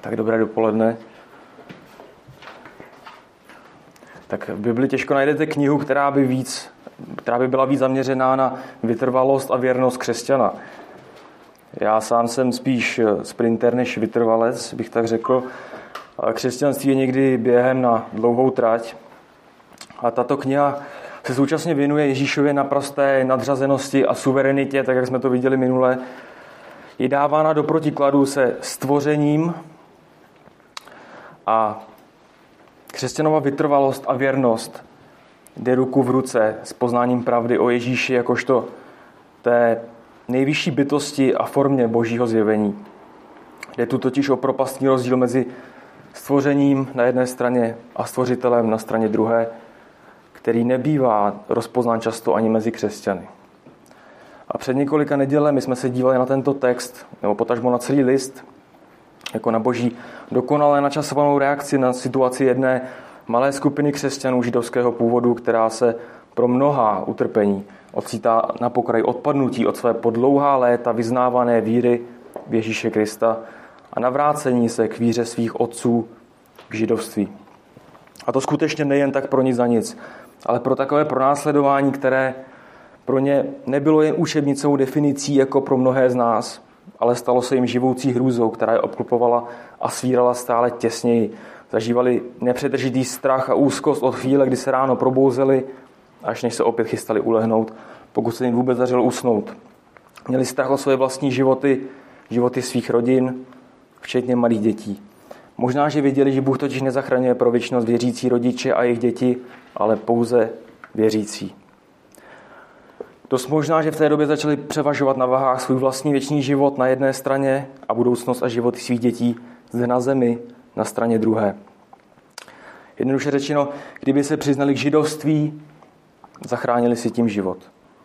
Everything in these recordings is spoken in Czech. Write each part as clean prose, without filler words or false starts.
Tak dobré dopoledne. Tak v Bibli těžko najdete knihu, která by byla víc zaměřená na vytrvalost a věrnost křesťana. Já sám jsem spíš sprinter než vytrvalec, bych tak řekl. Ale křesťanství je někdy během na dlouhou trať. A tato kniha se současně věnuje Ježíšově naprosté nadřazenosti a suverenitě, tak jak jsme to viděli minule. Je dávána do protikladu se stvořením a křesťanova vytrvalost a věrnost jde ruku v ruce s poznáním pravdy o Ježíši jakožto té nejvyšší bytosti a formě božího zjevení. Jde tu totiž o propastný rozdíl mezi stvořením na jedné straně a stvořitelem na straně druhé, který nebývá rozpoznán často ani mezi křesťany. A před několika nedělemi jsme se dívali na tento text, nebo potažmo na celý list, jako na boží dokonale načasovanou reakci na situaci jedné malé skupiny křesťanů židovského původu, která se pro mnohá utrpení ocitá na pokraji odpadnutí od své po dlouhá léta vyznávané víry v Ježíše Krista a navrácení se k víře svých otců k židovství. A to skutečně nejen tak pro nic za nic, ale pro takové pronásledování, které pro ně nebylo jen učebnicou definicí jako pro mnohé z nás, ale stalo se jim živoucí hrůzou, která je obklopovala a svírala stále těsněji. Zažívali nepřetržitý strach a úzkost od chvíle, kdy se ráno probouzeli, až než se opět chystali ulehnout, pokud se jim vůbec dařilo usnout. Měli strach o své vlastní životy svých rodin, včetně malých dětí. Možná, že věděli, že Bůh totiž nezachraňuje pro věčnost věřící rodiče a jejich děti, ale pouze věřící. Dost možná, že v té době začali převažovat na vahách svůj vlastní věčný život na jedné straně a budoucnost a životy svých dětí zde na zemi na straně druhé. Jednoduše řečeno, kdyby se přiznali k židovství, zachránili si tím život.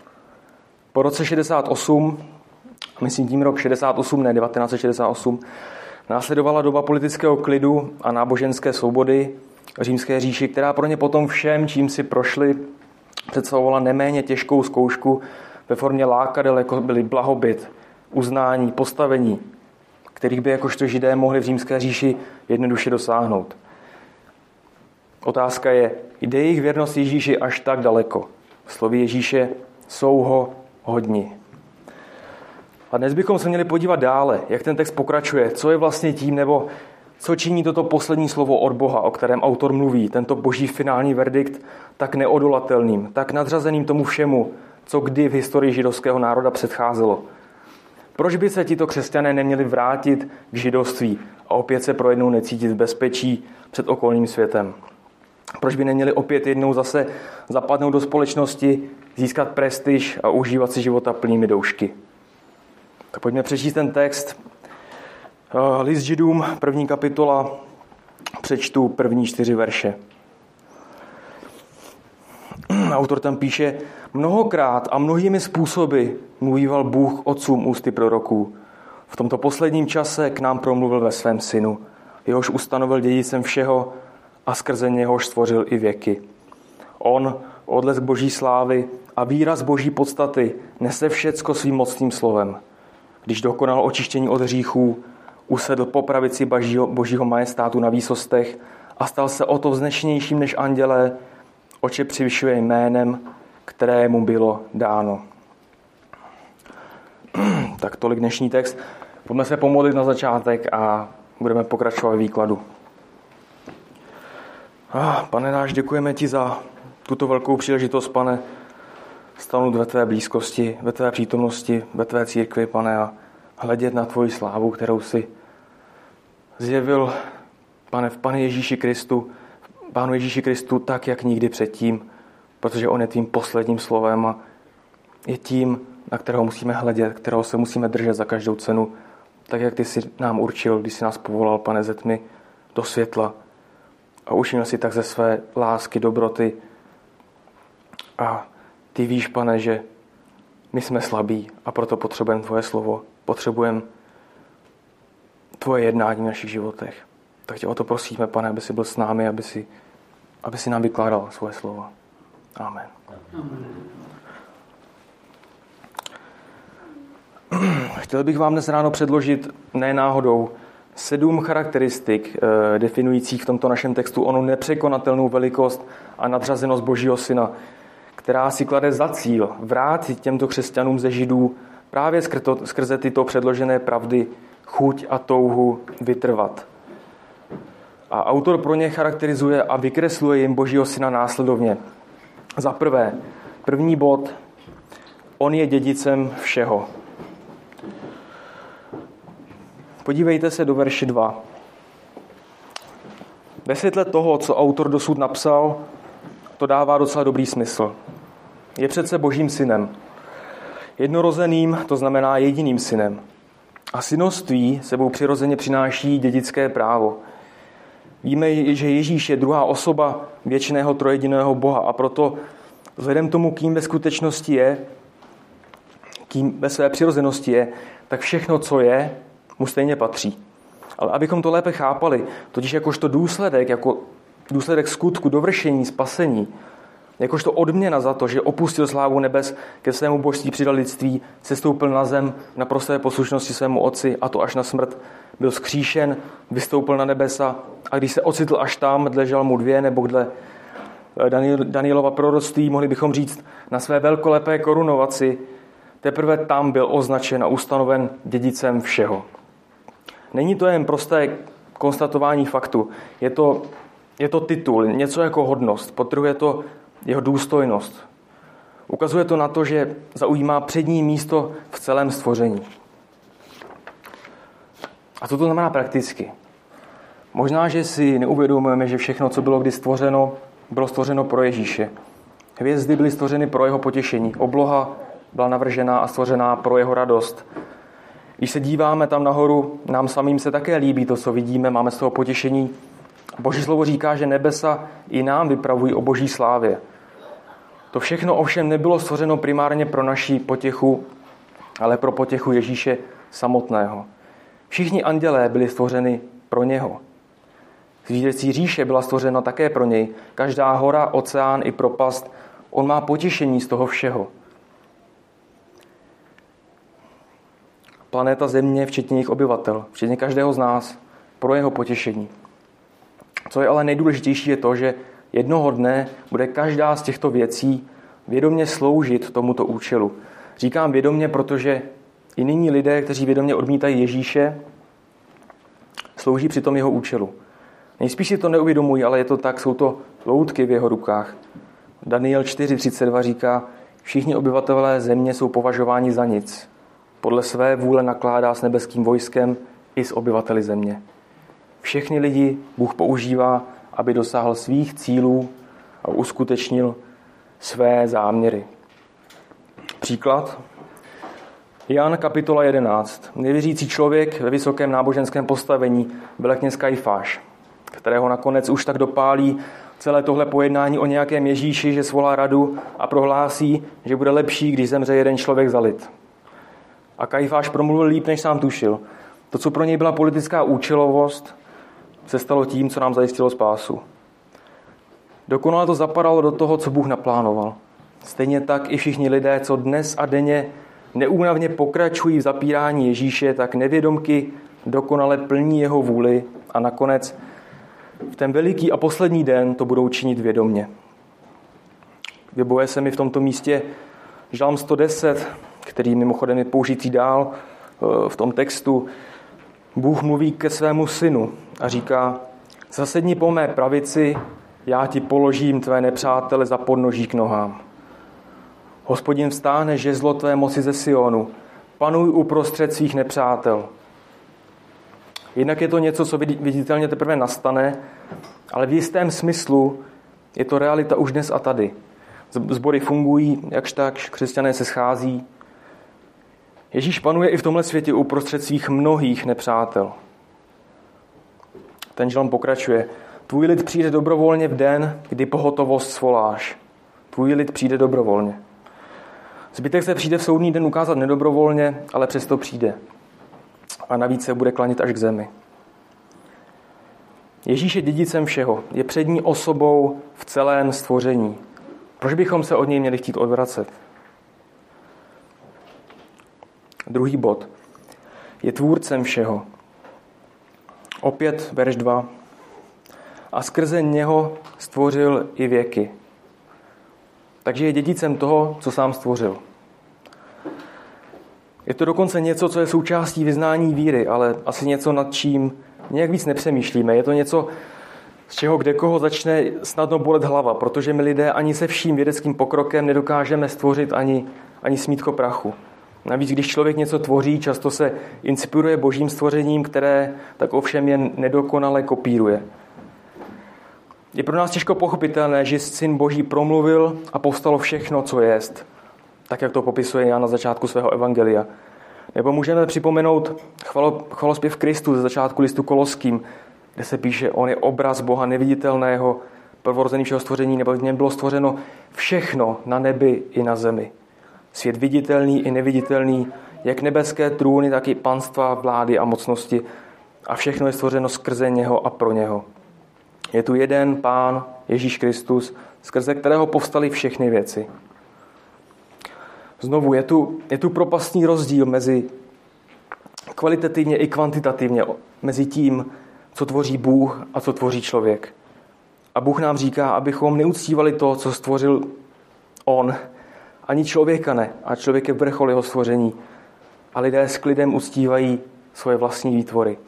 Po roce 68, myslím tím rok 68, ne 1968, následovala doba politického klidu a náboženské svobody Římské říši, která pro ně potom všem, čím si prošli, představovala neméně těžkou zkoušku ve formě lákadel, jako byly blahobyt, uznání, postavení, kterých by jakožto Židé mohli v Římské říši jednoduše dosáhnout. Otázka je, jde jejich věrnost Ježíši až tak daleko? Slovy Ježíše jsou ho hodni. A dnes bychom se měli podívat dále, jak ten text pokračuje, co je vlastně tím, nebo co činí toto poslední slovo od Boha, o kterém autor mluví, tento boží finální verdikt, tak neodolatelným, tak nadřazeným tomu všemu, co kdy v historii židovského národa předcházelo. Proč by se tito křesťané neměli vrátit k židovství a opět se pro jednou necítit v bezpečí před okolním světem? Proč by neměli opět jednou zase zapadnout do společnosti, získat prestiž a užívat si života plnými doušky? Tak pojďme přečíst ten text. List Židům, 1. kapitola, přečtu první 4 verše. Autor tam píše, mnohokrát a mnohými způsoby mluvíval Bůh otcům ústy proroků. V tomto posledním čase k nám promluvil ve svém synu, jehož ustanovil dědicem všeho a skrze něhož stvořil i věky. On, odlesk boží slávy a výraz boží podstaty, nese všecko svým mocným slovem. Když dokonal očištění od hříchů, usedl po pravici božího majestátu na výsostech a stal se o to vznešenějším než andělé, oče přivyšuje jménem, které mu bylo dáno. Tak tolik dnešní text. Pojďme se pomodlit na začátek a budeme pokračovat v výkladu. Pane náš, děkujeme ti za tuto velkou příležitost, pane, stanout ve tvé blízkosti, ve tvé přítomnosti, ve tvé církvi, pane, a hledět na tvoji slávu, kterou si zjevil, pane, v Pánu Ježíši Kristu tak, jak nikdy předtím, protože on je tvým posledním slovem a je tím, na kterého musíme hledět, kterého se musíme držet za každou cenu, tak, jak ty jsi nám určil, když jsi nás povolal, pane, ze tmy do světla a učinil si tak ze své lásky, dobroty. A ty víš, pane, že my jsme slabí a proto potřebujeme tvoje slovo, potřebujeme tvoje jednání v našich životech. Tak tě o to prosíme, pane, aby jsi byl s námi, aby si nám vykládal svoje slovo. Amen. Chtěl bych vám dnes ráno předložit ne náhodou 7 charakteristik definujících v tomto našem textu onu nepřekonatelnou velikost a nadřazenost Božího Syna, která si klade za cíl vrátit těmto křesťanům ze Židů právě skrze tyto předložené pravdy chuť a touhu vytrvat. A autor pro ně charakterizuje a vykresluje jim Božího Syna následovně. Za prvé, první bod, on je dědicem všeho. Podívejte se do verše 2. Ve světle toho, co autor dosud napsal, to dává docela dobrý smysl. Je přece Božím synem. Jednorozeným, to znamená jediným synem. A synoství sebou přirozeně přináší dědické právo. Víme, že Ježíš je druhá osoba věčného trojediného Boha a proto vzhledem tomu, kým ve skutečnosti je, kým ve své přirozenosti je, tak všechno, co je, mu stejně patří. Ale abychom to lépe chápali, totiž jakožto důsledek, jako důsledek skutku, dovršení, spasení, jakožto odměna za to, že opustil slávu nebes, ke svému božství přidal lidství, sestoupil na zem v naprosté poslušnosti svému otci, a to až na smrt, byl vzkříšen, vystoupil na nebesa a když se ocitl až tam, dle Žalmu 2 nebo dle Danielova proroctví, mohli bychom říct, na své velkolepé korunovaci, teprve tam byl označen a ustanoven dědicem všeho. Není to jen prosté konstatování faktu, je to titul, něco jako hodnost, podtrhuje to jeho důstojnost. Ukazuje to na to, že zaujímá přední místo v celém stvoření. A co to znamená prakticky? Možná, že si neuvědomujeme, že všechno, co bylo kdy stvořeno, bylo stvořeno pro Ježíše. Hvězdy byly stvořeny pro jeho potěšení. Obloha byla navržená a stvořená pro jeho radost. Když se díváme tam nahoru, nám samým se také líbí to, co vidíme, máme z toho potěšení. Boží slovo říká, že nebesa i nám vypravují o Boží slávě. To všechno ovšem nebylo stvořeno primárně pro naši potěchu, ale pro potěchu Ježíše samotného. Všichni andělé byli stvořeny pro něho. Zvířecí říše byla stvořena také pro něj. Každá hora, oceán i propast, on má potěšení z toho všeho. Planeta Země, včetně jejich obyvatel, včetně každého z nás, pro jeho potěšení. Co je ale nejdůležitější je to, že jednoho dne bude každá z těchto věcí vědomě sloužit tomuto účelu. Říkám vědomě, protože i nyní lidé, kteří vědomě odmítají Ježíše, slouží přitom jeho účelu. Nejspíš si to neuvědomují, ale je to tak, jsou to loutky v jeho rukách. Daniel 4.32 říká, všichni obyvatelé země jsou považováni za nic. Podle své vůle nakládá s nebeským vojskem i s obyvateli země. Všechny lidi Bůh používá, aby dosáhl svých cílů a uskutečnil své záměry. Příklad. Jan kapitola 11. Nevěřící člověk ve vysokém náboženském postavení velekněz Kajfáš, kterého nakonec už tak dopálí celé tohle pojednání o nějakém Ježíši, že svolá radu a prohlásí, že bude lepší, když zemře jeden člověk za lid. A Kajfáš promluvil líp, než sám tušil. To, co pro něj byla politická účelovost, se stalo tím, co nám zajistilo spásu. Dokonale to zapadalo do toho, co Bůh naplánoval. Stejně tak i všichni lidé, co dnes a denně neúnavně pokračují v zapírání Ježíše, tak nevědomky dokonale plní jeho vůli a nakonec v ten veliký a poslední den to budou činit vědomně. Vybojuje se mi v tomto místě Žalm 110, který mimochodem je použitý dál v tom textu. Bůh mluví ke svému synu a říká, zasedni po mé pravici, já ti položím tvé nepřátele za podnoží k nohám. Hospodin vstáhne žezlo tvé moci ze Sionu, panuj uprostřed svých nepřátel. Jednak je to něco, co viditelně teprve nastane, ale v jistém smyslu je to realita už dnes a tady. Sbory fungují, jakž takž, křesťané se schází. Ježíš panuje i v tomhle světě uprostřed svých mnohých nepřátel. Ten žalm pokračuje. Tvůj lid přijde dobrovolně v den, kdy pohotovost svoláš. Tvůj lid přijde dobrovolně. Zbytek se přijde v soudný den ukázat nedobrovolně, ale přesto přijde. A navíc se bude klanit až k zemi. Ježíš je dědicem všeho, je přední osobou v celém stvoření. Proč bychom se od něj měli chtít odvracet? Druhý bod. Je tvůrcem všeho. Opět verš 2. A skrze něho stvořil i věky. Takže je dědicem toho, co sám stvořil. Je to dokonce něco, co je součástí vyznání víry, ale asi něco, nad čím nějak víc nepřemýšlíme. Je to něco, z čeho kdekoho začne snadno bolet hlava, protože my lidé ani se vším vědeckým pokrokem nedokážeme stvořit ani smítko prachu. Navíc, když člověk něco tvoří, často se inspiruje božím stvořením, které tak ovšem jen nedokonale kopíruje. Je pro nás těžko pochopitelné, že Syn Boží promluvil a povstalo všechno, co jest, tak jak to popisuje Jan na začátku svého evangelia. Nebo můžeme připomenout chvalospěv Kristu ze začátku listu Koloským, kde se píše, on je obraz Boha neviditelného, prvorozený všeho stvoření, nebo v něm bylo stvořeno všechno na nebi i na zemi. Svět viditelný i neviditelný, jak nebeské trůny, tak i panstva, vlády a mocnosti. A všechno je stvořeno skrze něho a pro něho. Je tu jeden Pán, Ježíš Kristus, skrze kterého povstaly všechny věci. Znovu, je tu propastný rozdíl mezi kvalitativně i kvantitativně, mezi tím, co tvoří Bůh a co tvoří člověk. A Bůh nám říká, abychom neuctívali to, co stvořil on, ani člověka ne, a člověk je vrchol jeho stvoření. A lidé s klidem uctívají svoje vlastní výtvory.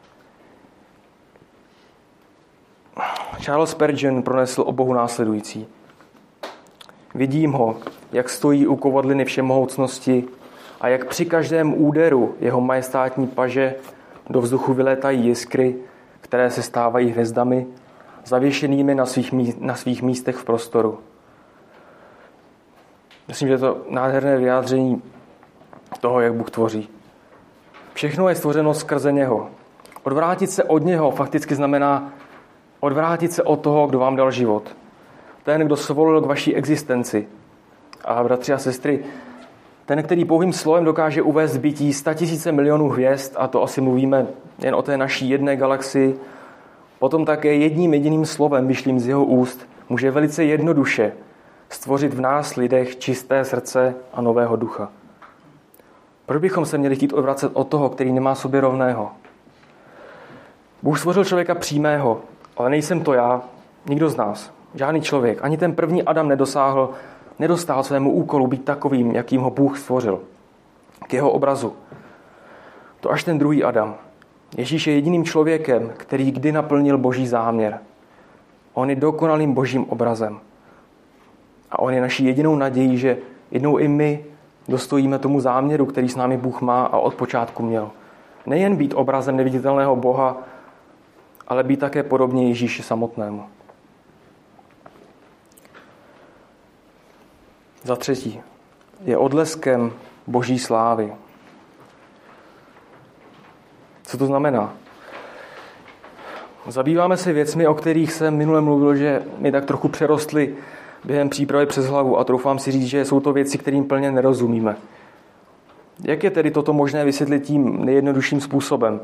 Charles Spurgeon pronesl o Bohu následující. Vidím ho, jak stojí u kovadliny všemohoucnosti a jak při každém úderu jeho majestátní paže do vzduchu vylétají jiskry, které se stávají hvězdami, zavěšenými na svých místech v prostoru. Myslím, že je to nádherné vyjádření toho, jak Bůh tvoří. Všechno je stvořeno skrze něho. Odvrátit se od něho fakticky znamená odvrátit se od toho, kdo vám dal život. Ten, kdo svolil k vaší existenci. A bratři a sestry, ten, který pouhým slovem dokáže uvést bytí 100 000 milionů hvězd, a to asi mluvíme jen o té naší jedné galaxii, potom také jedním jediným slovem, vyšlým z jeho úst, může velice jednoduše stvořit v nás lidech čisté srdce a nového ducha. Proč bychom se měli chtít odvracet od toho, který nemá sobě rovného? Bůh stvořil člověka přímého, ale nejsem to já, nikdo z nás, žádný člověk. Ani ten první Adam nedostal svému úkolu být takovým, jakým ho Bůh stvořil. K jeho obrazu. To až ten druhý Adam. Ježíš je jediným člověkem, který kdy naplnil Boží záměr. On je dokonalým Božím obrazem. A on je naší jedinou nadějí, že jednou i my dostojíme tomu záměru, který s námi Bůh má a od počátku měl. Nejen být obrazem neviditelného Boha, ale být také podobně Ježíši samotnému. Za třetí, je odleskem Boží slávy. Co to znamená? Zabýváme se věcmi, o kterých jsem minule mluvil, že mi tak trochu přerostly během přípravy přes hlavu a troufám si říct, že jsou to věci, kterým plně nerozumíme. Jak je tedy toto možné vysvětlit tím nejjednodušším způsobem?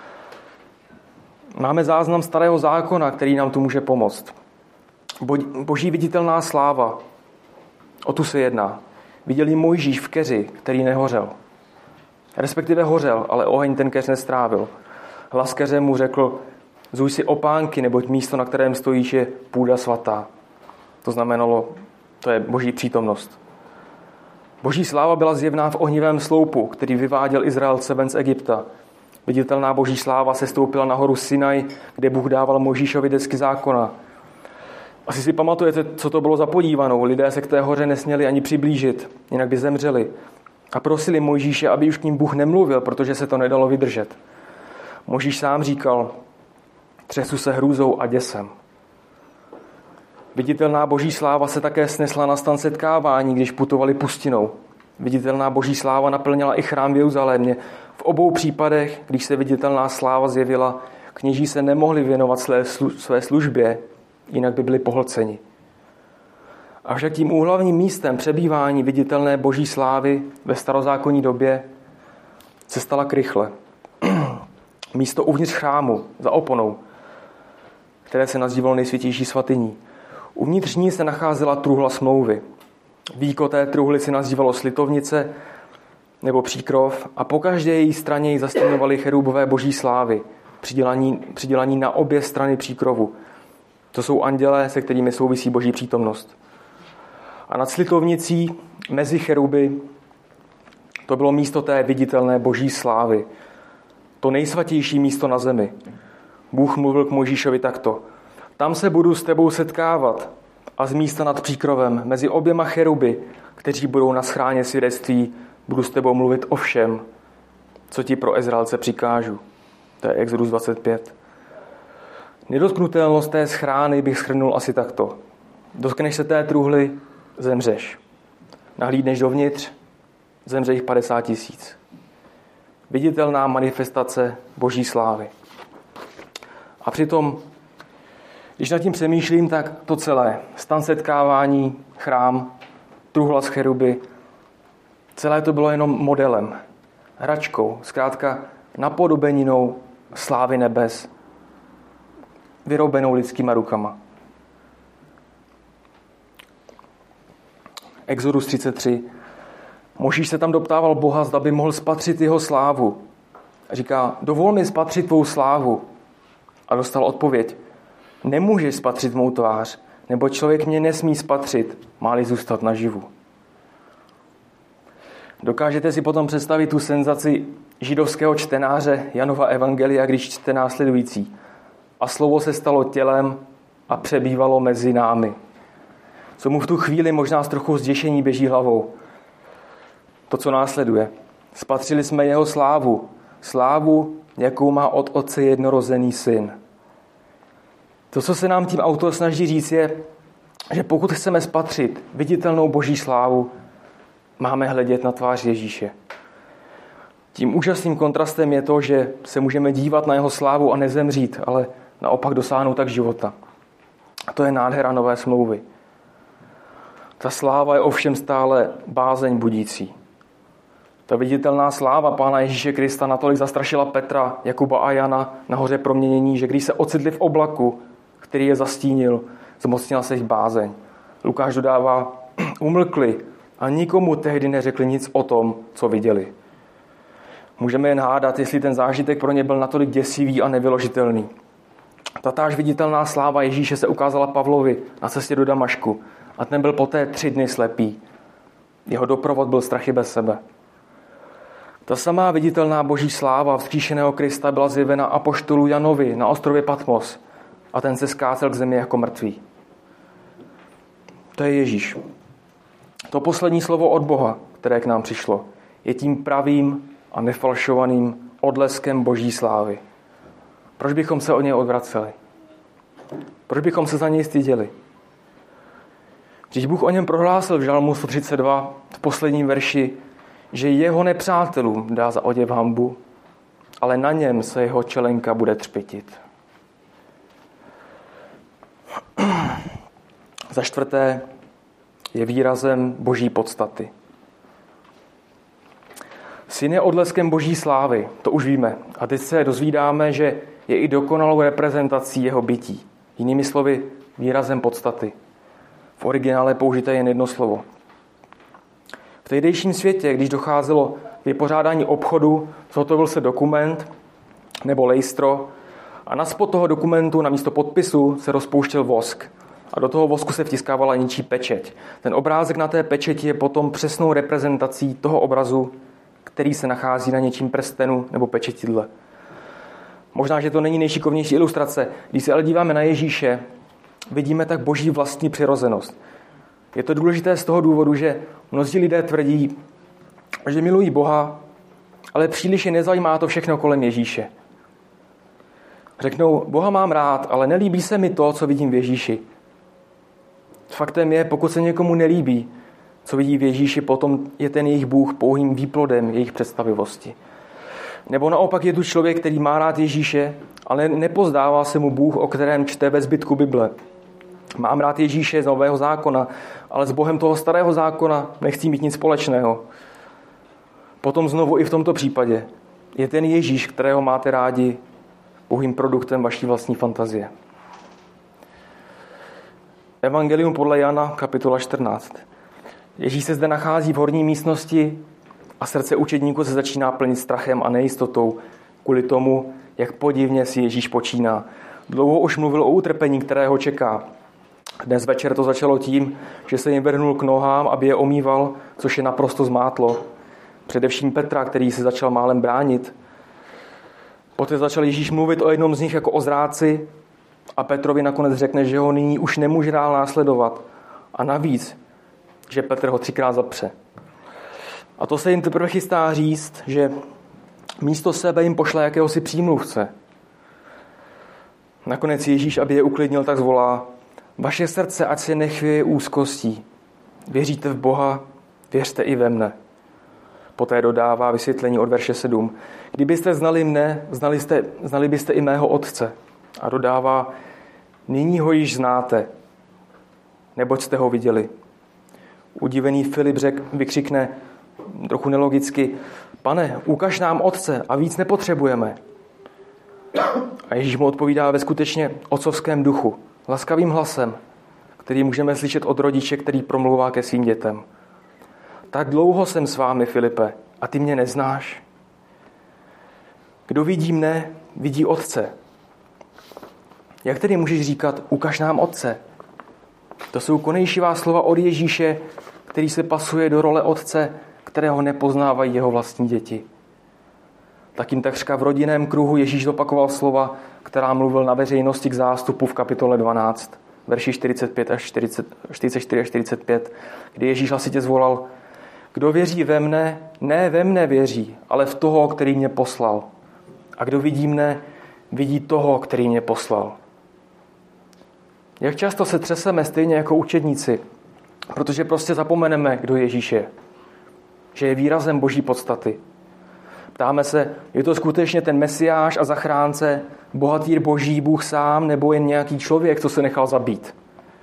Máme záznam starého zákona, který nám tu může pomoct. Boží viditelná sláva, o tu se jedná. Viděl ji Mojžíš v keři, který nehořel. Respektive hořel, ale oheň ten keř nestrávil. Hlas keře mu řekl, zuj si opánky, neboť místo, na kterém stojíš, je půda svatá. To znamenalo, to je Boží přítomnost. Boží sláva byla zjevná v ohnivém sloupu, který vyváděl Izraelce ven z Egypta. Viditelná Boží sláva se stoupila na horu Sinaj, kde Bůh dával Mojžíšovi desky zákona. Asi si pamatujete, co to bylo za podívanou. Lidé se k té hoře nesměli ani přiblížit, jinak by zemřeli. A prosili Mojžíše, aby už k ním Bůh nemluvil, protože se to nedalo vydržet. Mojžíš sám říkal, třesu se hrůzou a děsem. Viditelná Boží sláva se také snesla na stan setkávání, když putovali pustinou. Viditelná Boží sláva naplnila i chrám v Jeruzalémě. V obou případech, když se viditelná sláva zjevila, kněží se nemohli věnovat své službě, jinak by byli pohlceni. Avšak tím úhlavním místem přebývání viditelné Boží slávy ve starozákonní době se stala krychle. Místo uvnitř chrámu, za oponou, které se nazývalo nejsvětější svatyní. Uvnitř ní se nacházela truhla smlouvy. Víko té truhly se nazývalo slitovnice nebo příkrov a po každé její straně ji zastěňovaly cherubové Boží slávy, přidělaní na obě strany příkrovu. To jsou andělé, se kterými souvisí Boží přítomnost. A nad slitovnicí mezi cheruby to bylo místo té viditelné Boží slávy. To nejsvatější místo na zemi. Bůh mluvil k Mojžíšovi takto. Tam se budu s tebou setkávat a z místa nad příkrovem mezi oběma cheruby, kteří budou na schráně svědectví, budu s tebou mluvit o všem, co ti pro Izraelce přikážu. To je Exodus 25. Nedotknutelnost té schrány bych shrnul asi takto. Dotkneš se té truhly, zemřeš. Nahlídneš dovnitř, zemře jich 50 000. Viditelná manifestace Boží slávy. A přitom, když nad tím přemýšlím, tak to celé, stan setkávání, chrám, truhla z cheruby, celé to bylo jenom modelem, hračkou, zkrátka napodobeninou slávy nebes, vyrobenou lidskýma rukama. Exodus 33. Mojžíš se tam doptával Boha, zda by mohl spatřit jeho slávu. A říká, dovol mi spatřit tvou slávu. A dostal odpověď, nemůžeš spatřit mou tvář, nebo člověk mě nesmí spatřit, má-li zůstat naživu. Dokážete si potom představit tu senzaci židovského čtenáře Janova evangelia, když čte následující. A slovo se stalo tělem a přebývalo mezi námi. Co mu v tu chvíli možná s trochu zděšení běží hlavou. To, co následuje. Spatřili jsme jeho slávu. Slávu, jakou má od Otce jednorozený syn. To, co se nám tím autor snaží říct, je, že pokud chceme spatřit viditelnou Boží slávu, máme hledět na tvář Ježíše. Tím úžasným kontrastem je to, že se můžeme dívat na jeho slávu a nezemřít, ale naopak dosáhnout tak života. A to je nádhera nové smlouvy. Ta sláva je ovšem stále bázeň budící. Ta viditelná sláva Pána Ježíše Krista natolik zastrašila Petra, Jakuba a Jana na hoře proměnění, že když se ocitli v oblaku, který je zastínil, zmocnila se jich bázeň. Lukáš dodává, umlkli a nikomu tehdy neřekli nic o tom, co viděli. Můžeme jen hádat, jestli ten zážitek pro ně byl natolik děsivý a nevyložitelný. Tatáž viditelná sláva Ježíše se ukázala Pavlovi na cestě do Damašku a ten byl poté 3 dny slepý. Jeho doprovod byl strachy bez sebe. Ta samá viditelná Boží sláva vzkříšeného Krista byla zjevena apoštolu Janovi na ostrově Patmos a ten se skácel k zemi jako mrtvý. To je Ježíš. To poslední slovo od Boha, které k nám přišlo, je tím pravým a nefalšovaným odleskem Boží slávy. Proč bychom se od něj odvraceli? Proč bychom se za něj styděli? Když Bůh o něm prohlásil v Žalmu 132 v posledním verši, že jeho nepřátelům dá za oděv hanbu, ale na něm se jeho čelenka bude třpitit. Za čtvrté je výrazem Boží podstaty. Syn je odleskem Boží slávy, to už víme. A teď se dozvídáme, že je i dokonalou reprezentací jeho bytí. Jinými slovy, výrazem podstaty. V originále použité jen jedno slovo. V tehdejším světě, když docházelo k vypořádání obchodu, zhotovil se dokument nebo lejstro a na spod toho dokumentu na místo podpisu se rozpouštěl vosk. A do toho vosku se vtiskávala něčí pečeť. Ten obrázek na té pečeti je potom přesnou reprezentací toho obrazu, který se nachází na něčím prstenu nebo pečetidle. Možná, že to není nejšikovnější ilustrace. Když se ale díváme na Ježíše, vidíme tak Boží vlastní přirozenost. Je to důležité z toho důvodu, že mnozí lidé tvrdí, že milují Boha, ale příliš je nezajímá to všechno kolem Ježíše. Řeknou, Boha mám rád, ale nelíbí se mi to, co vidím v Ježíši. Faktem je, pokud se někomu nelíbí, co vidí v Ježíši, potom je ten jejich Bůh pouhým výplodem jejich představivosti. Nebo naopak je tu člověk, který má rád Ježíše, ale nepozdává se mu Bůh, o kterém čte ve zbytku Bible. Mám rád Ježíše z Nového zákona, ale s Bohem toho starého zákona nechci mít nic společného. Potom znovu i v tomto případě je ten Ježíš, kterého máte rádi, pouhým produktem vaší vlastní fantazie. Evangelium podle Jana, kapitola 14. Ježíš se zde nachází v horní místnosti a srdce učedníků se začíná plnit strachem a nejistotou kvůli tomu, jak podivně si Ježíš počíná. Dlouho už mluvil o utrpení, které ho čeká. Dnes večer to začalo tím, že se jim vrhnul k nohám, aby je omýval, což je naprosto zmátlo. Především Petra, který se začal málem bránit. Poté začal Ježíš mluvit o jednom z nich jako o zrádci a Petrovi nakonec řekne, že ho nyní už nemůže dál následovat. A navíc, že Petr ho 3krát zapře. A to se jim teprve chystá říct, že místo sebe jim pošle jakéhosi přímluvce. Nakonec Ježíš, aby je uklidnil, tak zvolá: vaše srdce ať se nechvěje úzkostí. Věříte v Boha, věřte i ve mne. Poté dodává vysvětlení od verše 7. Kdybyste znali mne, znali byste i mého Otce. A dodává: nyní ho již znáte, neboť jste ho viděli. Udivený Filip vykřikne trochu nelogicky: Pane, ukaž nám Otce a víc nepotřebujeme. A Ježíš mu odpovídá ve skutečně otcovském duchu, laskavým hlasem, který můžeme slyšet od rodiče, který promlouvá ke svým dětem. Tak dlouho jsem s vámi, Filipe, a ty mě neznáš? Kdo vidí mne, vidí Otce. Jak tedy můžeš říkat, ukaž nám Otce? To jsou konejšivá slova od Ježíše, který se pasuje do role Otce, kterého nepoznávají jeho vlastní děti. Tak jim takřka v rodinném kruhu Ježíš zopakoval slova, která mluvil na veřejnosti k zástupu v kapitole 12, verši 44 až 45, kdy Ježíš hlasitě zvolal: kdo věří ve mne, ne ve mne věří, ale v toho, který mě poslal. A kdo vidí mne, vidí toho, který mě poslal. Jak často se třeseme stejně jako učedníci, protože prostě zapomeneme, kdo Ježíš je. Že je výrazem Boží podstaty. Ptáme se, je to skutečně ten Mesiáš a zachránce, bohatýr Boží, Bůh sám, nebo jen nějaký člověk, co se nechal zabít?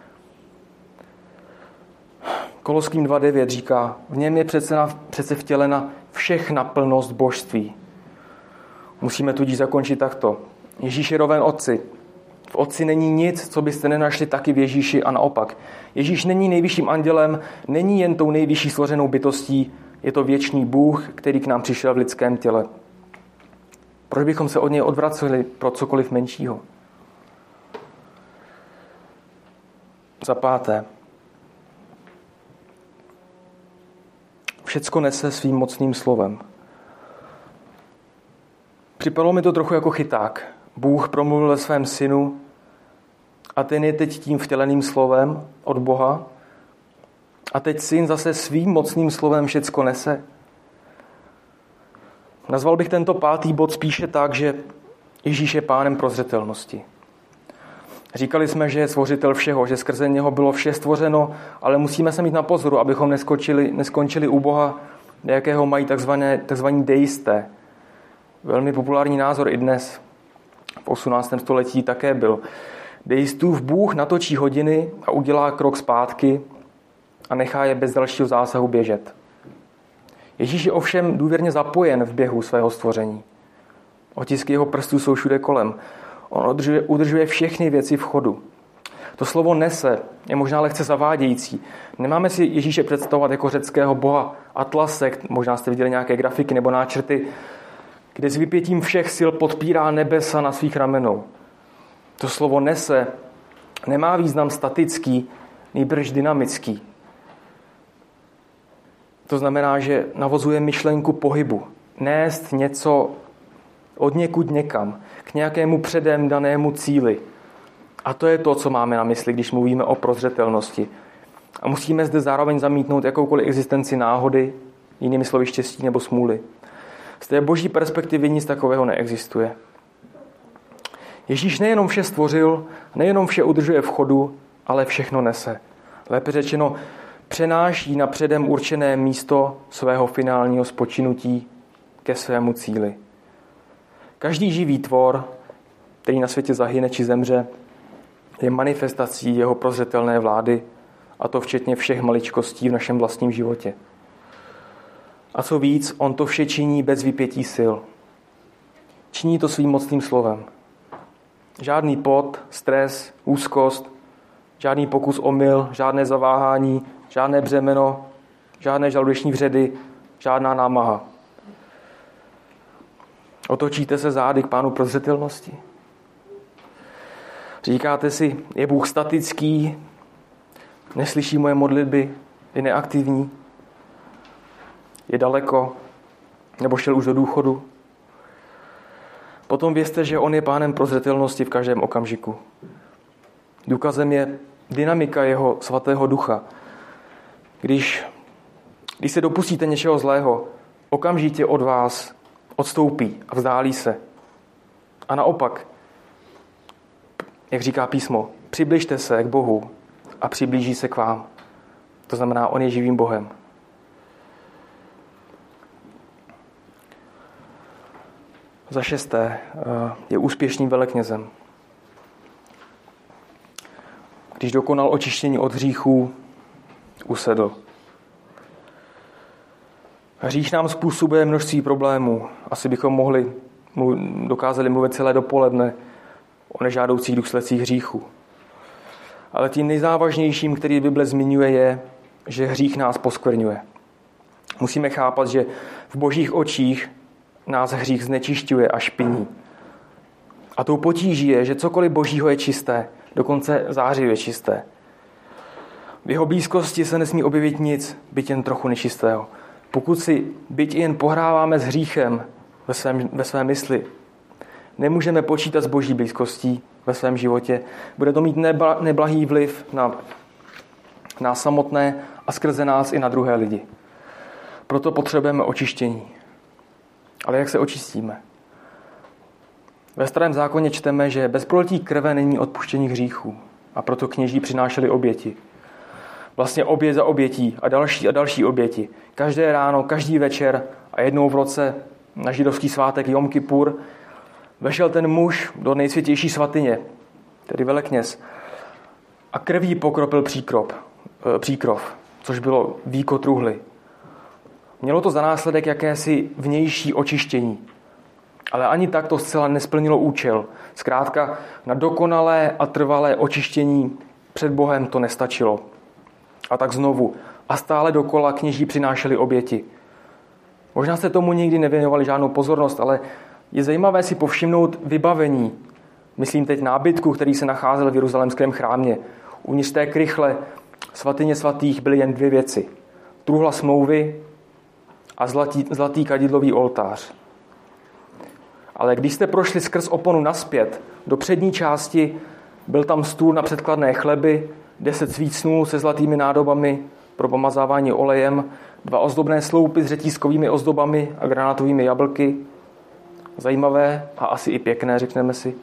Koloským 2.9 říká: v něm je přece vtělena všechna plnost božství. Musíme tudíž zakončit takto. Ježíš je roven Otci. V Otci není nic, co byste nenašli taky v Ježíši a naopak. Ježíš není nejvyšším andělem, není jen tou nejvyšší stvořenou bytostí, je to věčný Bůh, který k nám přišel v lidském těle. Proč bychom se od něj odvraceli pro cokoliv menšího? Za páté. Všecko nese svým mocným slovem. Připadlo mi to trochu jako chyták. Bůh promluvil ve svém synu a ten je teď tím vtěleným slovem od Boha. A teď syn zase svým mocným slovem všecko nese. Nazval bych tento 5. bod spíše tak, že Ježíš je pánem prozřetelnosti. Říkali jsme, že je stvořitel všeho, že skrze něho bylo vše stvořeno, ale musíme se mít na pozoru, abychom neskončili u Boha, jakého mají takzvaní deisté. Velmi populární názor i dnes. V 18. století také byl. Deistův Bůh natočí hodiny a udělá krok zpátky a nechá je bez dalšího zásahu běžet. Ježíš je ovšem důvěrně zapojen v běhu svého stvoření. Otisky jeho prstů jsou všude kolem. On udržuje všechny věci v chodu. To slovo nese je možná lehce zavádějící. Nemáme si Ježíše představovat jako řeckého boha Atlase, možná jste viděli nějaké grafiky nebo náčrty, kde s vypětím všech sil podpírá nebesa na svých ramenou. To slovo nese nemá význam statický, nýbrž dynamický. To znamená, že navozuje myšlenku pohybu. Nést něco od někud někam, k nějakému předem danému cíli. A to je to, co máme na mysli, když mluvíme o prozřetelnosti. A musíme zde zároveň zamítnout jakoukoliv existenci náhody, jinými slovy štěstí nebo smůly. Z té boží perspektivy nic takového neexistuje. Ježíš nejenom vše stvořil, nejenom vše udržuje v chodu, ale všechno nese. Lépe řečeno, přenáší na předem určené místo svého finálního spočinutí ke svému cíli. Každý živý tvor, který na světě zahyne či zemře, je manifestací jeho prozřetelné vlády, a to včetně všech maličkostí v našem vlastním životě. A co víc, on to vše činí bez vypětí sil. Činí to svým mocným slovem. Žádný pot, stres, úzkost, žádný pokus omyl, žádné zaváhání, žádné břemeno, žádné žaludeční vředy, žádná námaha. Otočíte se zády k Pánu prozřetelnosti? Říkáte si, je Bůh statický, neslyší moje modlitby, je neaktivní, je daleko, nebo šel už do důchodu? Potom vězte, že on je Pánem prozřetelnosti v každém okamžiku. Důkazem je dynamika jeho svatého ducha. Když se dopustíte něčeho zlého, okamžitě od vás odstoupí a vzdálí se. A naopak, jak říká písmo, přibližte se k Bohu a přiblíží se k vám. To znamená, on je živým Bohem. Za 6. je úspěšným veleknězem. Když dokonal očištění od hříchů, usedl. Hřích nám způsobuje množství problémů. Asi bychom dokázali mluvit celé dopoledne o nežádoucích důsledcích hříchu. Ale tím nejzávažnějším, který Bible zmiňuje, je, že hřích nás poskvrňuje. Musíme chápat, že v božích očích nás hřích znečišťuje a špiní. A tou potíží je, že cokoliv božího je čisté, dokonce zářivě čisté. V jeho blízkosti se nesmí objevit nic, byť jen trochu nečistého. Pokud si byť jen pohráváme s hříchem ve své mysli, nemůžeme počítat s boží blízkostí ve svém životě. Bude to mít neblahý vliv na nás samotné a skrze nás i na druhé lidi. Proto potřebujeme očištění. Ale jak se očistíme? Ve Starém zákoně čteme, že bez prolití krve není odpuštění hříchů. A proto kněží přinášeli oběti. Vlastně oběť za obětí a další oběti. Každé ráno, každý večer a jednou v roce na židovský svátek Jom Kipur vešel ten muž do nejsvětější svatyně, tedy velekněz, a krví pokropil příkrov, což bylo víko truhly. Mělo to za následek jakési vnější očištění. Ale ani tak to zcela nesplnilo účel. Zkrátka na dokonalé a trvalé očištění před Bohem to nestačilo. A tak znovu. A stále dokola kněží přinášeli oběti. Možná jste tomu nikdy nevěnovali žádnou pozornost, ale je zajímavé si povšimnout vybavení. Myslím teď nábytku, který se nacházel v jeruzalémském chrámě. Uvnitř té krychle svatyně svatých byly jen 2 věci. Truhla smlouvy a zlatý kadidlový oltář. Ale když jste prošli skrz oponu nazpět do přední části, byl tam stůl na předkladné chleby, 10 svícnů se zlatými nádobami pro pomazávání olejem, 2 ozdobné sloupy s řetízkovými ozdobami a granátovými jablky. Zajímavé a asi i pěkné, řekneme si.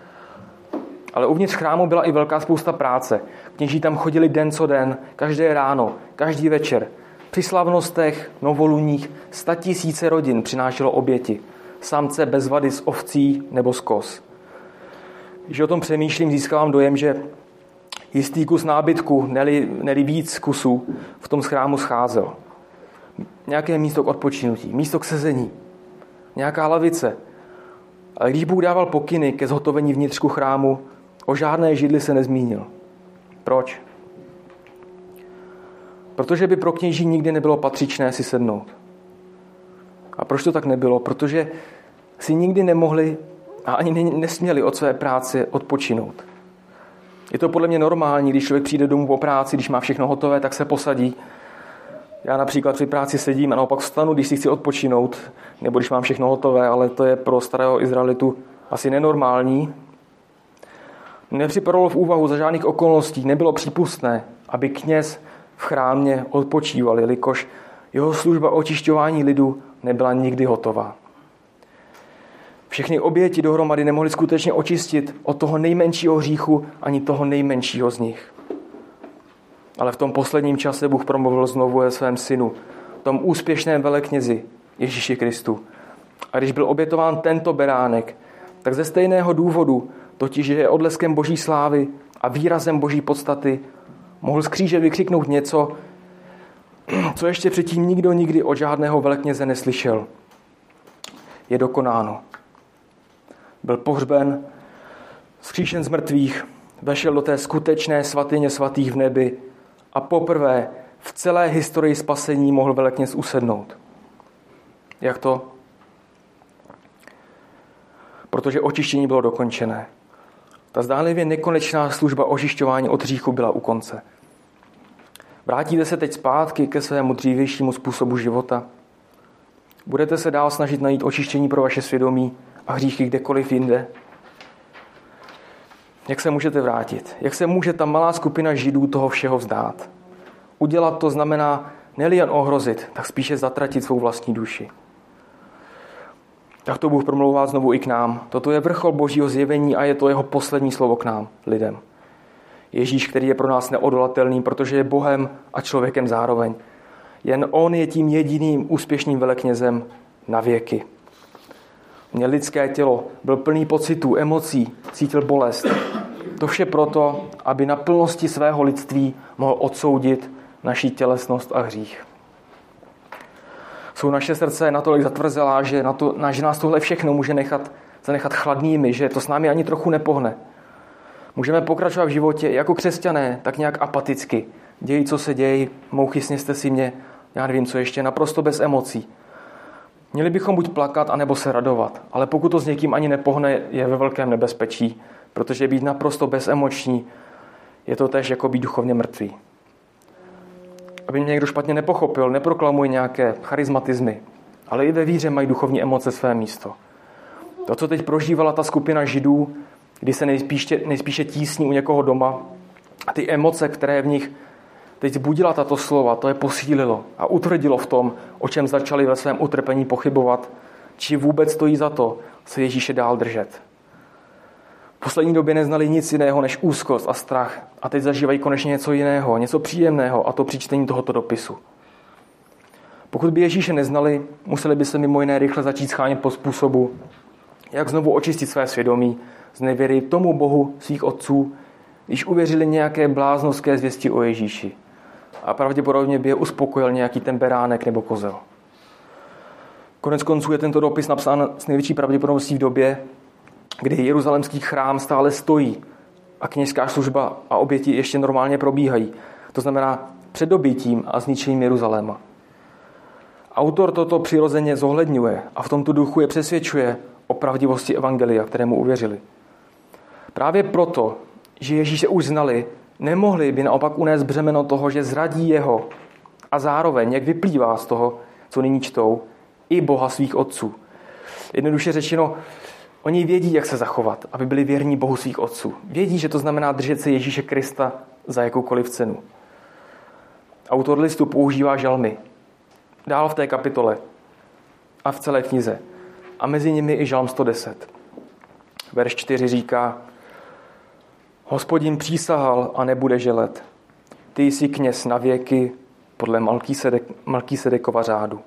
Ale uvnitř chrámu byla i velká spousta práce. Kněží tam chodili den co den, každé ráno, každý večer. Při slavnostech, novoluních 100 000 rodin přinášelo oběti. Samce bez vady z ovcí nebo z koz. Když o tom přemýšlím, získávám dojem, že jistý kus nábytku, neli víc kusů, v tom chrámu scházel. Nějaké místo k odpočinutí, místo k sezení, nějaká lavice. Ale když Bůh dával pokyny ke zhotovení vnitřku chrámu, o žádné židli se nezmínil. Proč? Protože by pro kněží nikdy nebylo patřičné si sednout. A proč to tak nebylo? Protože si nikdy nemohli a ani nesměli od své práce odpočinout. Je to podle mě normální, když člověk přijde domů po práci, když má všechno hotové, tak se posadí. Já například při práci sedím a naopak vstanu, když si chci odpočinout, nebo když mám všechno hotové, ale to je pro starého Izraelitu asi nenormální. Nepřipadalo v úvahu za žádných okolností, nebylo přípustné, aby kněz v chrámě odpočíval, jelikož jeho služba očišťování lidu nebyla nikdy hotová. Všechny oběti dohromady nemohly skutečně očistit od toho nejmenšího hříchu ani toho nejmenšího z nich. Ale v tom posledním čase Bůh promluvil znovu o svém synu, tom úspěšném veleknězi Ježíši Kristu. A když byl obětován tento beránek, tak ze stejného důvodu, totiž že je odleskem boží slávy a výrazem boží podstaty, mohl z kříže vykřiknout něco, co ještě předtím nikdo nikdy od žádného velekněze neslyšel. Je dokonáno. Byl pohřben, vzkříšen z mrtvých, vešel do té skutečné svatyně svatých v nebi a poprvé v celé historii spasení mohl velekněz usednout. Jak to? protože očištění bylo dokončené. Ta zdánlivě nekonečná služba očišťování od hříchu byla u konce. Vrátíte se teď zpátky ke svému dřívějšímu způsobu života? Budete se dál snažit najít očištění pro vaše svědomí a hříchy kdekoliv jinde? Jak se můžete vrátit? Jak se může ta malá skupina Židů toho všeho vzdát? Udělat to znamená ne jen ohrozit, tak spíše zatratit svou vlastní duši. Tak to Bůh promlouvá znovu i k nám. Toto je vrchol Božího zjevení a je to jeho poslední slovo k nám, lidem. Ježíš, který je pro nás neodolatelný, protože je Bohem a člověkem zároveň. Jen on je tím jediným úspěšným veleknězem na věky. Měl lidské tělo, byl plný pocitů, emocí, cítil bolest. To vše proto, aby na plnosti svého lidství mohl odsoudit naši tělesnost a hřích. Jsou naše srdce natolik zatvrzelá, že nás tohle všechno může zanechat chladnými, že to s námi ani trochu nepohne. Můžeme pokračovat v životě jako křesťané, tak nějak apaticky. Děj, co se děj, mouchy, sněste si mě, já nevím, co ještě, naprosto bez emocí. Měli bychom buď plakat, anebo se radovat, ale pokud to s někým ani nepohne, je ve velkém nebezpečí, protože být naprosto bezemoční je to též jako být duchovně mrtvý. Aby mě někdo špatně nepochopil, neproklamuji nějaké charizmatizmy, ale i ve víře mají duchovní emoce své místo. To, co teď prožívala ta skupina Židů, kdy se nejspíše tísní u někoho doma, a ty emoce, které v nich teď zbudila tato slova, to je posílilo a utvrdilo v tom, o čem začali ve svém utrpení pochybovat, či vůbec stojí za to se Ježíše dál držet. V poslední době neznali nic jiného než úzkost a strach a teď zažívají konečně něco jiného, něco příjemného, a to při čtení tohoto dopisu. Pokud by Ježíše neznali, museli by se mimo jiné rychle začít schánět po způsobu, jak znovu očistit své svědomí z nevěry tomu Bohu svých otců, když uvěřili nějaké bláznovské zvěsti o Ježíši. A pravděpodobně by je uspokojil nějaký ten beránek nebo kozel. Konec konců je tento dopis napsán s největší pravděpodobností v době, kdy jeruzalemský chrám stále stojí a kněžská služba a oběti ještě normálně probíhají. To znamená před dobytím a zničením Jeruzaléma. Autor toto přirozeně zohledňuje a v tomto duchu je přesvědčuje o pravdivosti evangelia, kterému uvěřili. Právě proto, že Ježíše už znali, nemohli by naopak unést břemeno toho, že zradí jeho a zároveň, jak vyplývá z toho, co nyní čtou, i Boha svých otců. Jednoduše řečeno, oni vědí, jak se zachovat, aby byli věrní Bohu svých otců. Vědí, že to znamená držet se Ježíše Krista za jakoukoliv cenu. Autor listu používá žalmy. Dál v té kapitole a v celé knize. A mezi nimi i žalm 110. Verš 4 říká: Hospodin přísahal a nebude želet. Ty jsi kněz na věky podle Malkýsedekova řádu.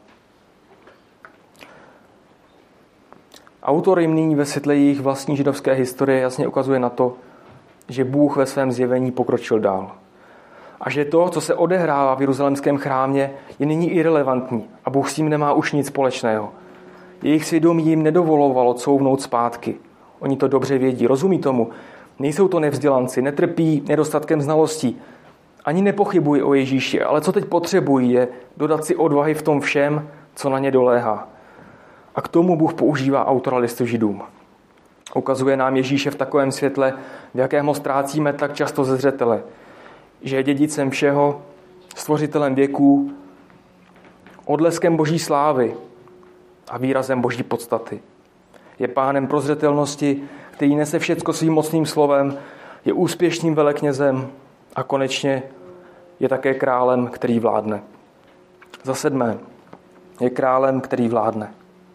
Autor jim nyní ve světle jejich vlastní židovské historie jasně ukazuje na to, že Bůh ve svém zjevení pokročil dál. A že to, co se odehrává v jeruzalémském chrámě, je nyní irelevantní a Bůh s tím nemá už nic společného. Jejich svědomí jim nedovolovalo couvnout zpátky. Oni to dobře vědí, rozumí tomu. Nejsou to nevzdělanci, netrpí nedostatkem znalostí. Ani nepochybují o Ježíši, ale co teď potřebují, je dodat si odvahy v tom všem, co na ně doléhá. A k tomu Bůh používá autora listu Židům. Ukazuje nám Ježíše v takovém světle, v jakém ho ztrácíme tak často ze zřetele, že je dědicem všeho, stvořitelem věků, odleskem Boží slávy a výrazem Boží podstaty. Je pánem prozřetelnosti, který nese všecko svým mocným slovem, je úspěšným veleknězem a konečně je také králem, který vládne. Za 7. Je králem, který vládne.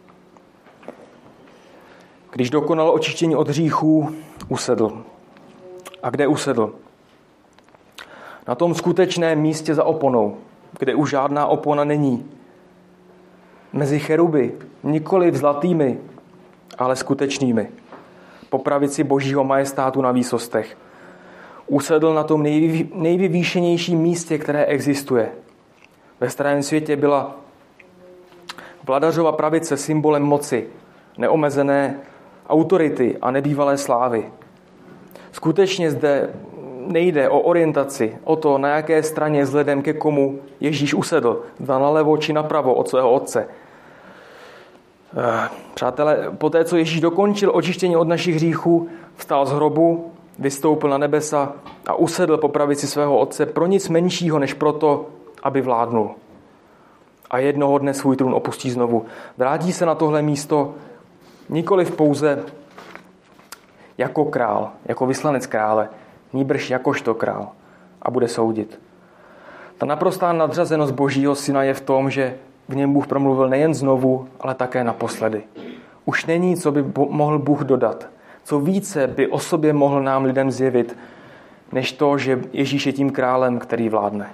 Když dokonal očištění od hříchů, usedl. A kde usedl? Na tom skutečném místě za oponou, kde už žádná opona není. Mezi cheruby, nikoli zlatými, ale skutečnými. Po pravici Božího majestátu na výsostech. Usedl na tom nejvyvýšenějším místě, které existuje. Ve starém světě byla vladařova pravice symbolem moci, neomezené autority a nebývalé slávy. Skutečně zde nejde o orientaci, o to, na jaké straně vzhledem ke komu Ježíš usedl, zda nalevo či napravo od svého otce. Přátelé, poté, co Ježíš dokončil očištění od našich hříchů, vstal z hrobu, vystoupil na nebesa a usedl po pravici svého Otce pro nic menšího než proto, aby vládnul. A jednoho dne svůj trůn opustí znovu. Vrátí se na tohle místo nikoliv pouze jako král, jako vyslanec krále, nýbrž jakožto král a bude soudit. Ta naprostá nadřazenost Božího Syna je v tom, že v něm Bůh promluvil nejen znovu, ale také naposledy. Už není, co by mohl Bůh dodat. Co více by o sobě mohl nám lidem zjevit, než to, že Ježíš je tím králem, který vládne.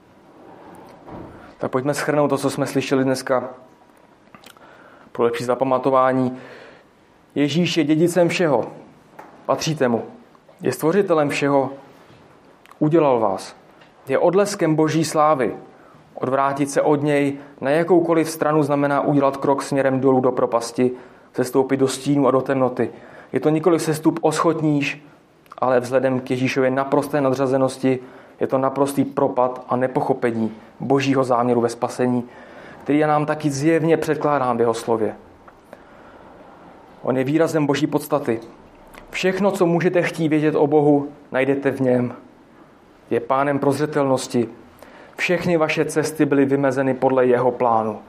Tak pojďme shrnout to, co jsme slyšeli dneska pro lepší zapamatování. Ježíš je dědicem všeho. Patříte mu. Je stvořitelem všeho. Udělal vás. Je odleskem Boží slávy. Odvrátit se od něj na jakoukoliv stranu znamená udělat krok směrem dolů do propasti, sestoupit do stínu a do temnoty. Je to nikoliv sestup oschotníš, ale vzhledem k Ježíšově naprosté nadřazenosti je to naprostý propad a nepochopení Božího záměru ve spasení, který je nám taky zjevně předkládán v jeho slově. On je výrazem Boží podstaty. Všechno, co můžete chtít vědět o Bohu, najdete v něm. Je pánem prozřetelnosti. Všechny vaše cesty byly vymezeny podle jeho plánu.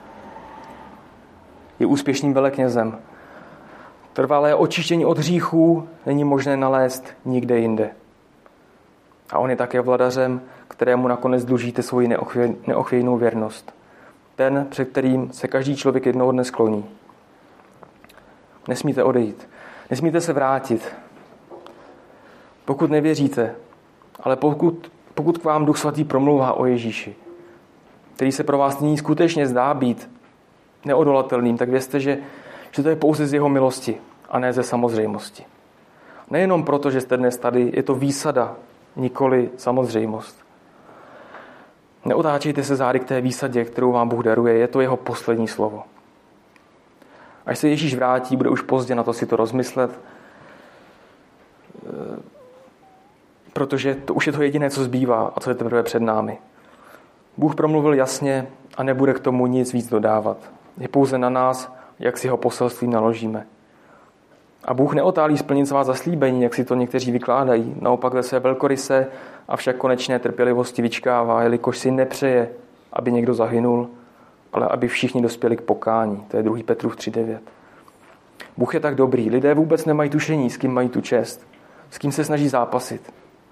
Je úspěšným veleknězem. Trvalé očištění od hříchů není možné nalézt nikde jinde. A on je také vladařem, kterému nakonec dlužíte svoji neochvějnou věrnost. Ten, před kterým se každý člověk jednoho dne skloní. Nesmíte odejít. Nesmíte se vrátit. Pokud nevěříte, ale pokud k vám Duch Svatý promlouvá o Ježíši, který se pro vás nyní skutečně zdá být neodolatelným, tak vězte, že to je pouze z jeho milosti a ne ze samozřejmosti. Nejenom proto, že jste dnes tady, je to výsada, nikoli samozřejmost. Neotáčejte se zády k té výsadě, kterou vám Bůh daruje, je to jeho poslední slovo. Až se Ježíš vrátí, bude už pozdě na to si to rozmyslet, protože to už je to jediné, co zbývá a co je teprve před námi. Bůh promluvil jasně a nebude k tomu nic víc dodávat. Je pouze na nás, jak si ho poselstvím naložíme. A Bůh neotálí splnit svá zaslíbení, jak si to někteří vykládají. Naopak ve své velkoryse a však konečné trpělivosti vyčkává, jelikož si nepřeje, aby někdo zahynul, ale aby všichni dospěli k pokání. To je 2. Petrův 3:9. Bůh je tak dobrý. Lidé vůbec nemají tušení, s kým mají tu čest. S kým se snaží zápasit.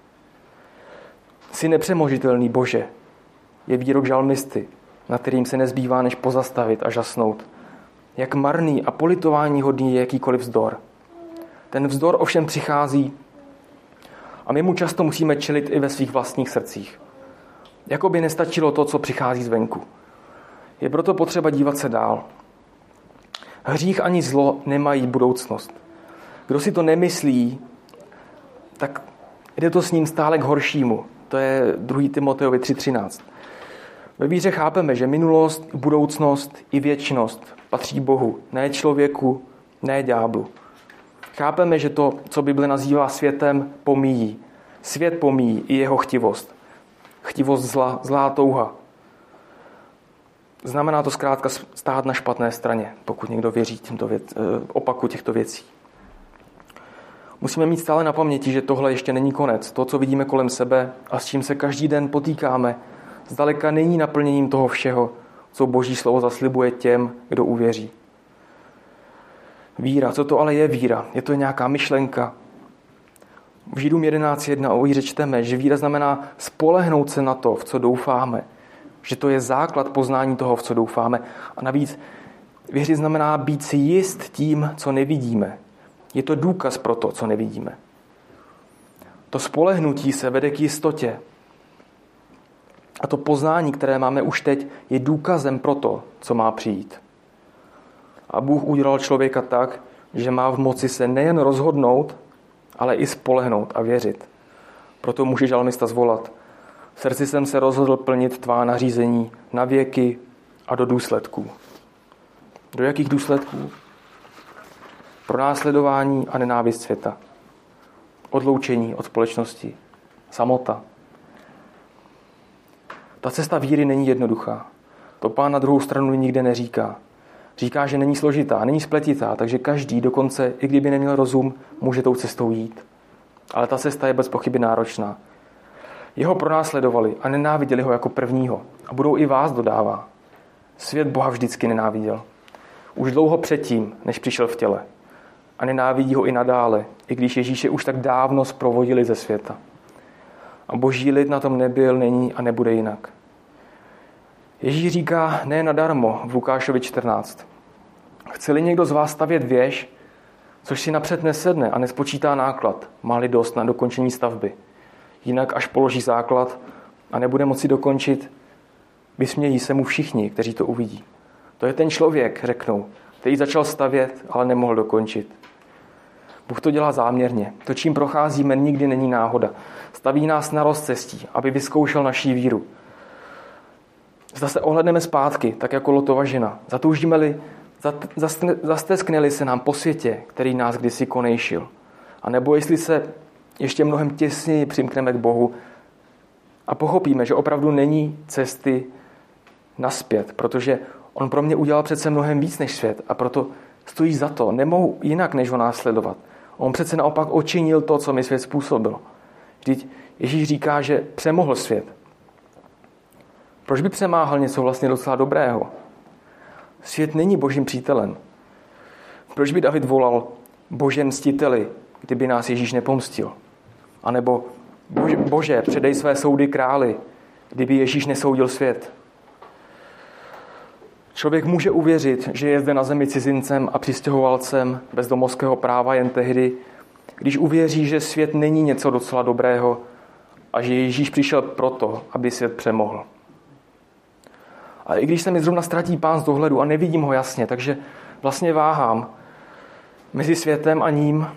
Jsi nepřemožitelný Bože, je výrok žalmisty, nad kterým se nezbývá než pozastavit a žasnout. Jak marný a politování hodný je jakýkoliv vzdor. Ten vzdor ovšem přichází a my mu často musíme čelit i ve svých vlastních srdcích. Jakoby nestačilo to, co přichází zvenku. Je proto potřeba dívat se dál. Hřích ani zlo nemají budoucnost. Kdo si to nemyslí, tak jde to s ním stále k horšímu. To je 2. Timoteovi 3:13. Ve víře chápeme, že minulost, budoucnost i věčnost patří Bohu, ne člověku, ne ďáblu. Chápeme, že to, co Bible nazývá světem, pomíjí. Svět pomíjí i jeho chtivost. Chtivost zla, zlá touha. Znamená to zkrátka stát na špatné straně, pokud někdo věří opaku těchto věcí. Musíme mít stále na paměti, že tohle ještě není konec. To, co vidíme kolem sebe a s čím se každý den potýkáme, zdaleka není naplněním toho všeho, co Boží slovo zaslibuje těm, kdo uvěří. Víra, co to ale je víra? Je to nějaká myšlenka? V Židům 11:1 o víře čteme, že víra znamená spolehnout se na to, v co doufáme. Že to je základ poznání toho, v co doufáme. A navíc věřit znamená být si jist tím, co nevidíme. Je to důkaz pro to, co nevidíme. To spolehnutí se vede k jistotě. A to poznání, které máme už teď, je důkazem pro to, co má přijít. A Bůh udělal člověka tak, že má v moci se nejen rozhodnout, ale i spolehnout a věřit. Proto může žalmista zvolat: v srdci jsem se rozhodl plnit tvá nařízení na věky a do důsledků. Do jakých důsledků? Pronásledování a nenávist světa. Odloučení od společnosti. Samota. Ta cesta víry není jednoduchá. To Pán na druhou stranu nikde neříká. Říká, že není složitá, není spletitá, takže každý, dokonce i kdyby neměl rozum, může tou cestou jít. Ale ta cesta je bez pochyby náročná. Jeho pronásledovali a nenáviděli ho jako prvního. A budou i vás, dodává. Svět Boha vždycky nenáviděl. Už dlouho předtím, než přišel v těle. A nenávidí ho i nadále, i když Ježíše už tak dávno zprovodili ze světa. A boží lid na tom nebyl, není a nebude jinak. Ježíš říká ne nadarmo v Lukášovi 14. Chce-li někdo z vás stavět věž, což si napřed nesedne a nespočítá náklad, má-li dost na dokončení stavby. Jinak až položí základ a nebude moci dokončit, vysmějí se mu všichni, kteří to uvidí. To je ten člověk, řeknou, který začal stavět, ale nemohl dokončit. Bůh to dělá záměrně. To, čím procházíme, nikdy není náhoda. Staví nás na rozcestí, aby vyzkoušel naší víru. Zda se ohledneme zpátky, tak jako Lotova žena. Zatoužíme-li, zasteskne-li se nám po světě, který nás kdysi konejšil. A nebo jestli se ještě mnohem těsněji přimkneme k Bohu a pochopíme, že opravdu není cesty nazpět, protože on pro mě udělal přece mnohem víc než svět a proto stojí za to. Nemohu jinak, než ho následovat. On přece naopak odčinil to, co mi svět způsobil. Vždyť Ježíš říká, že přemohl svět. Proč by přemáhal něco vlastně docela dobrého? Svět není božím přítelem. Proč by David volal Bože mstiteli, kdyby nás Ježíš nepomstil? A nebo Bože, předej své soudy králi, kdyby Ježíš nesoudil svět? Člověk může uvěřit, že je zde na zemi cizincem a přistěhovalcem bez domovského práva jen tehdy, když uvěří, že svět není něco docela dobrého a že Ježíš přišel proto, aby svět přemohl. A i když se mi zrovna ztratí Pán z dohledu a nevidím ho jasně, takže vlastně váhám mezi světem a ním,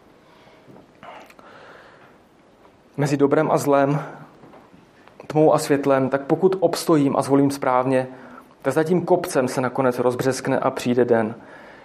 mezi dobrem a zlem, tmou a světlem, tak pokud obstojím a zvolím správně, tak za tím kopcem se nakonec rozbřeskne a přijde den.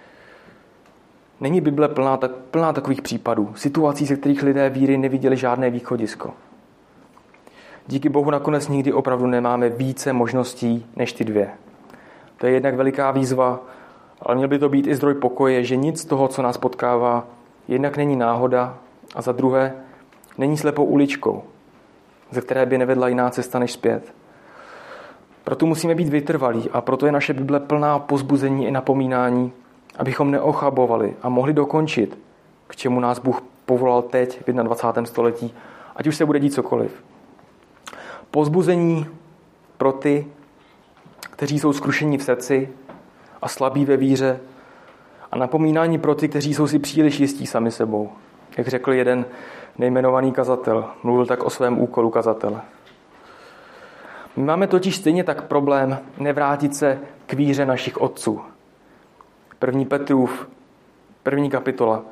Není Bible plná takových případů, situací, ze kterých lidé víry neviděli žádné východisko. Díky Bohu nakonec nikdy opravdu nemáme více možností než ty dvě. To je jednak veliká výzva, ale měl by to být i zdroj pokoje, že nic z toho, co nás potkává, jednak není náhoda a za druhé není slepou uličkou, ze které by nevedla jiná cesta než zpět. Proto musíme být vytrvalí a proto je naše Bible plná povzbuzení i napomínání, abychom neochabovali a mohli dokončit, k čemu nás Bůh povolal teď v 21. století, ať už se bude dít cokoliv. Povzbuzení pro ty, kteří jsou zkrušení v srdci a slabí ve víře, a napomínání pro ty, kteří jsou si příliš jistí sami sebou. Jak řekl jeden nejmenovaný kazatel, mluvil tak o svém úkolu kazatele. My máme totiž stejně tak problém nevrátit se k víře našich otců. 1. Petrův, 1. kapitola.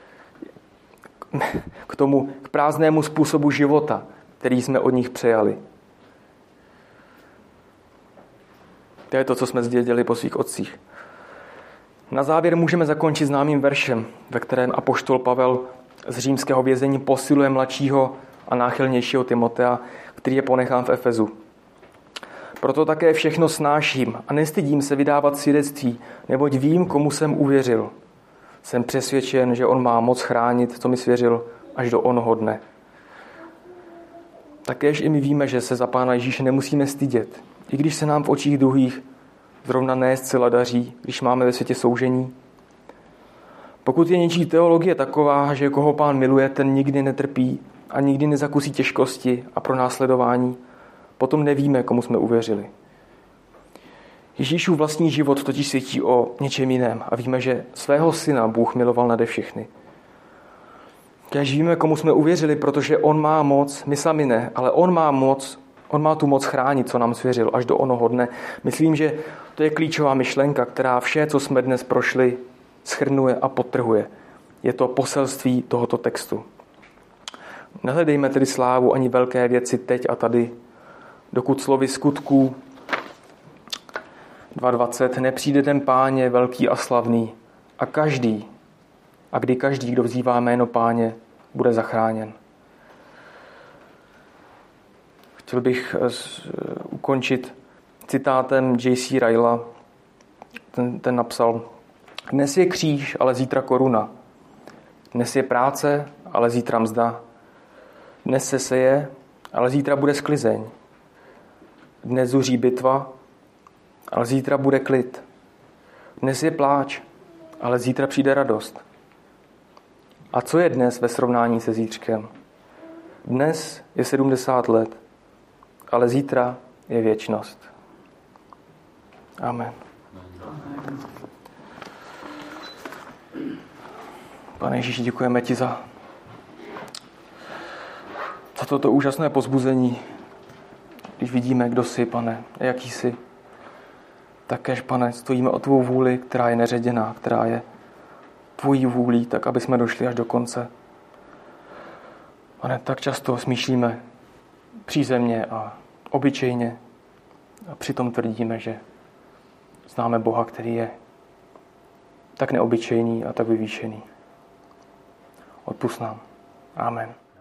K prázdnému způsobu života, který jsme od nich přejali. To je to, co jsme zdědili po svých otcích. Na závěr můžeme zakončit známým veršem, ve kterém apoštol Pavel z římského vězení posiluje mladšího a náchylnějšího Timotea, který je ponechán v Efezu. Proto také všechno snáším a nestydím se vydávat svědectví, neboť vím, komu jsem uvěřil. Jsem přesvědčen, že on má moc chránit, co mi svěřil, až do onoho dne. Takéž i my víme, že se za Pána Ježíše nemusíme stydět, i když se nám v očích druhých zrovna ne zcela daří, když máme ve světě soužení. Pokud je něčí teologie taková, že koho Pán miluje, ten nikdy netrpí a nikdy nezakusí těžkosti a pronásledování, potom nevíme, komu jsme uvěřili. Ježíšův vlastní život totiž svědčí o něčem jiném a víme, že svého syna Bůh miloval nade všechny. Kéž víme, komu jsme uvěřili, protože on má moc, my sami ne, ale on má tu moc chránit, co nám svěřil, až do onoho dne. Myslím, že to je klíčová myšlenka, která vše, co jsme dnes prošli, shrnuje a podtrhuje. Je to poselství tohoto textu. Nehledejme tedy slávu ani velké věci teď a tady, dokud slovy skutků 2.20 nepřijde ten Páně velký a slavný a kdy každý, kdo vzývá jméno Páně, bude zachráněn. Chtěl bych ukončit citátem J.C. Ryla, ten napsal: Dnes je kříž, ale zítra koruna. Dnes je práce, ale zítra mzda. Dnes se seje, ale zítra bude sklizeň. Dnes zuří bitva, ale zítra bude klid. Dnes je pláč, ale zítra přijde radost. A co je dnes ve srovnání se zítřkem? Dnes je 70 let, ale zítra je věčnost. Amen. Pane Ježíši, děkujeme ti za toto úžasné povzbuzení, když vidíme, kdo jsi, Pane, jaký jsi. Takéž, Pane, stojíme o tvou vůli, která je neředěná, která je tvojí vůlí, tak aby jsme došli až do konce. Pane, tak často smýšlíme přízemně a obyčejně a přitom tvrdíme, že známe Boha, který je tak neobyčejný a tak vyvýšený. Odpusť nám. Amen.